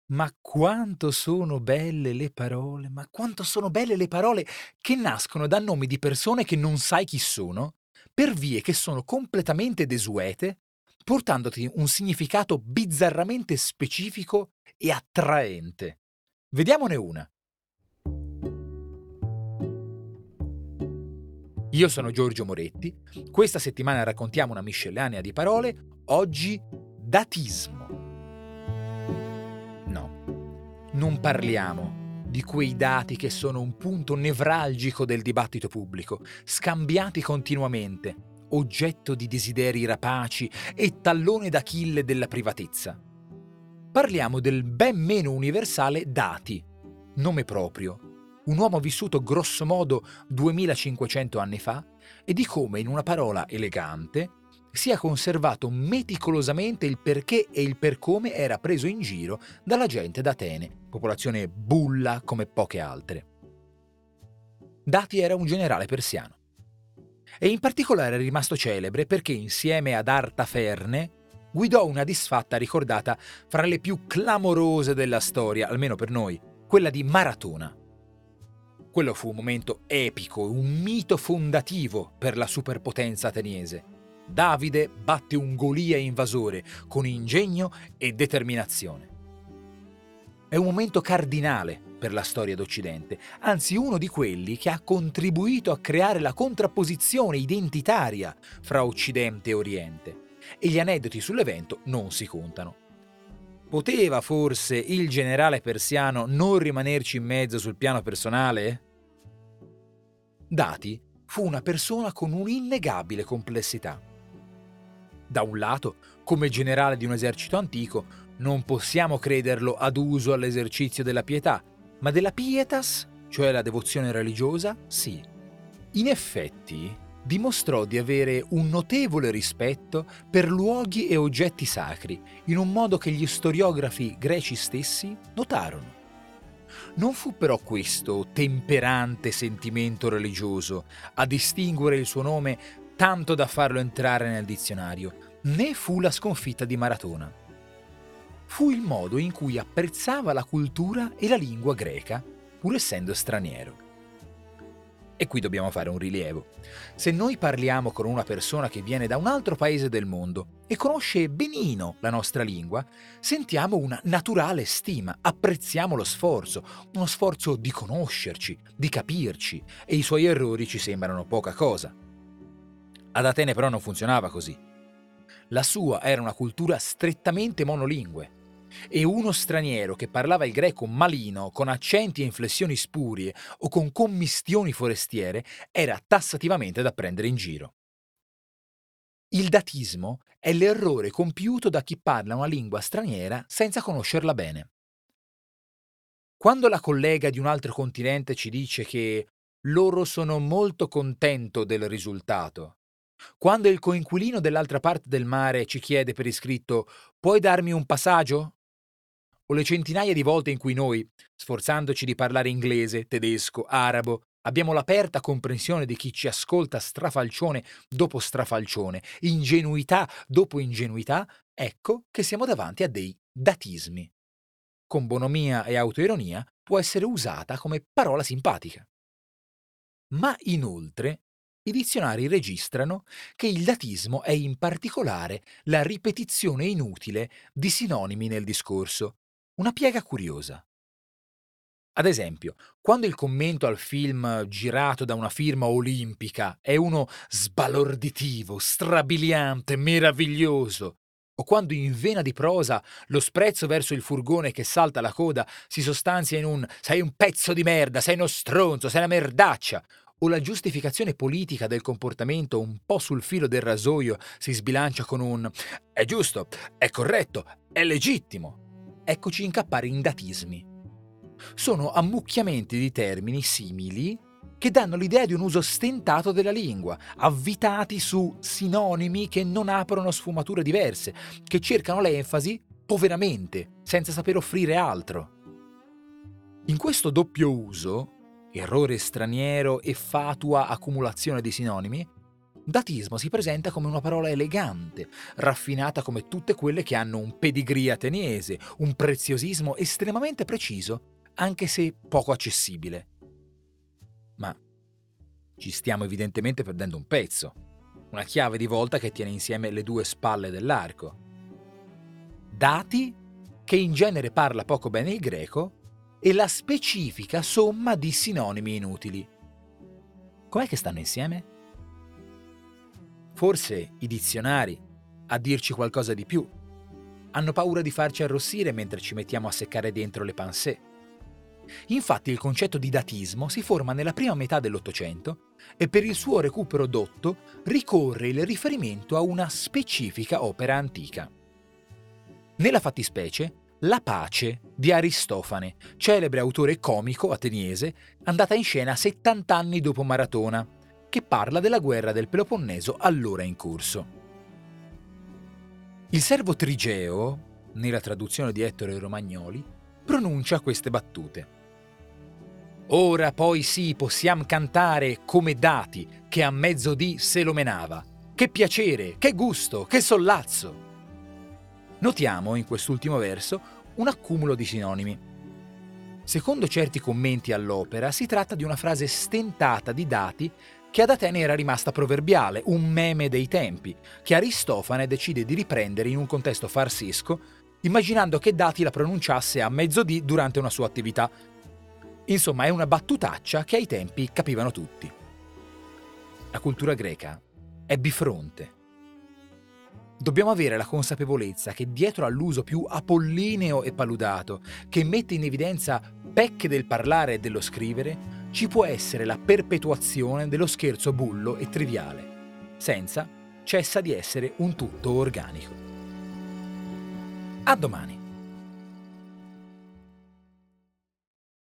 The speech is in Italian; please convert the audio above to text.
Ma quanto sono belle le parole, ma quanto sono belle le parole che nascono da nomi di persone che non sai chi sono, per vie che sono completamente desuete, portandoti un significato bizzarramente specifico e attraente. Vediamone una. Io sono Giorgio Moretti, questa settimana raccontiamo una miscellanea di parole, oggi datismo. No, non parliamo di quei dati che sono un punto nevralgico del dibattito pubblico, scambiati continuamente, oggetto di desideri rapaci e tallone d'Achille della privatezza. Parliamo del ben meno universale dati, nome proprio, un uomo vissuto grossomodo 2500 anni fa e di come in una parola elegante sia conservato meticolosamente il perché e il per come era preso in giro dalla gente d'Atene, popolazione bulla come poche altre. Dati era un generale persiano e in particolare è rimasto celebre perché insieme ad Artaferne guidò una disfatta ricordata fra le più clamorose della storia, almeno per noi, quella di Maratona. Quello fu un momento epico, un mito fondativo per la superpotenza ateniese. Davide batte un Golia invasore con ingegno e determinazione. È un momento cardinale per la storia d'Occidente, anzi uno di quelli che ha contribuito a creare la contrapposizione identitaria fra Occidente e Oriente. E gli aneddoti sull'evento non si contano. Poteva forse il generale persiano non rimanerci in mezzo sul piano personale? Dati fu una persona con un'innegabile complessità. Da un lato, come generale di un esercito antico, non possiamo crederlo aduso all'esercizio della pietà, ma della pietas, cioè la devozione religiosa, sì. In effetti, dimostrò di avere un notevole rispetto per luoghi e oggetti sacri, in un modo che gli storiografi greci stessi notarono. Non fu però questo temperante sentimento religioso a distinguere il suo nome tanto da farlo entrare nel dizionario, né fu la sconfitta di Maratona. Fu il modo in cui apprezzava la cultura e la lingua greca, pur essendo straniero. E qui dobbiamo fare un rilievo. Se noi parliamo con una persona che viene da un altro paese del mondo e conosce benino la nostra lingua, sentiamo una naturale stima, apprezziamo lo sforzo, uno sforzo di conoscerci, di capirci, e i suoi errori ci sembrano poca cosa. Ad Atene però non funzionava così. La sua era una cultura strettamente monolingue e uno straniero che parlava il greco malino, con accenti e inflessioni spurie o con commistioni forestiere, era tassativamente da prendere in giro. Il datismo è l'errore compiuto da chi parla una lingua straniera senza conoscerla bene. Quando la collega di un altro continente ci dice che loro sono molto contento del risultato, quando il coinquilino dell'altra parte del mare ci chiede per iscritto «Puoi darmi un passaggio?», o le centinaia di volte in cui noi, sforzandoci di parlare inglese, tedesco, arabo, abbiamo l'aperta comprensione di chi ci ascolta strafalcione dopo strafalcione, ingenuità dopo ingenuità, ecco che siamo davanti a dei datismi. Con bonomia e autoironia può essere usata come parola simpatica. Ma inoltre i dizionari registrano che il datismo è in particolare la ripetizione inutile di sinonimi nel discorso, una piega curiosa. Ad esempio, quando il commento al film girato da una firma olimpica è uno sbalorditivo, strabiliante, meraviglioso, o quando in vena di prosa lo sprezzo verso il furgone che salta la coda si sostanzia in un «sei un pezzo di merda, sei uno stronzo, sei una merdaccia», o la giustificazione politica del comportamento un po' sul filo del rasoio si sbilancia con un «è giusto, è corretto, è legittimo», eccoci incappare in datismi. Sono ammucchiamenti di termini simili che danno l'idea di un uso stentato della lingua, avvitati su sinonimi che non aprono sfumature diverse, che cercano l'enfasi poveramente, senza saper offrire altro. In questo doppio uso, errore straniero e fatua accumulazione di sinonimi, Datismo si presenta come una parola elegante, raffinata come tutte quelle che hanno un pedigree ateniese, un preziosismo estremamente preciso, anche se poco accessibile. Ma ci stiamo evidentemente perdendo un pezzo, una chiave di volta che tiene insieme le due spalle dell'arco. Dati, che in genere parla poco bene il greco, e la specifica somma di sinonimi inutili. Com'è che stanno insieme? Forse i dizionari, a dirci qualcosa di più, hanno paura di farci arrossire mentre ci mettiamo a seccare dentro le pensée. Infatti il concetto di datismo si forma nella prima metà dell'Ottocento e per il suo recupero dotto ricorre il riferimento a una specifica opera antica. Nella fattispecie, La Pace di Aristofane, celebre autore comico ateniese, andata in scena 70 anni dopo Maratona, che parla della guerra del Peloponneso allora in corso. Il servo Trigeo, nella traduzione di Ettore Romagnoli, pronuncia queste battute. Ora poi sì, possiam cantare come Dati, che a mezzodì se lo menava. Che piacere, che gusto, che sollazzo! Notiamo in quest'ultimo verso un accumulo di sinonimi. Secondo certi commenti all'opera si tratta di una frase stentata di Dati che ad Atene era rimasta proverbiale, un meme dei tempi, che Aristofane decide di riprendere in un contesto farsesco, immaginando che Dati la pronunciasse a mezzodì durante una sua attività. Insomma, è una battutaccia che ai tempi capivano tutti. La cultura greca è bifronte. Dobbiamo avere la consapevolezza che dietro all'uso più apollineo e paludato, che mette in evidenza pecche del parlare e dello scrivere, ci può essere la perpetuazione dello scherzo bullo e triviale. Senza cessa di essere un tutto organico. A domani!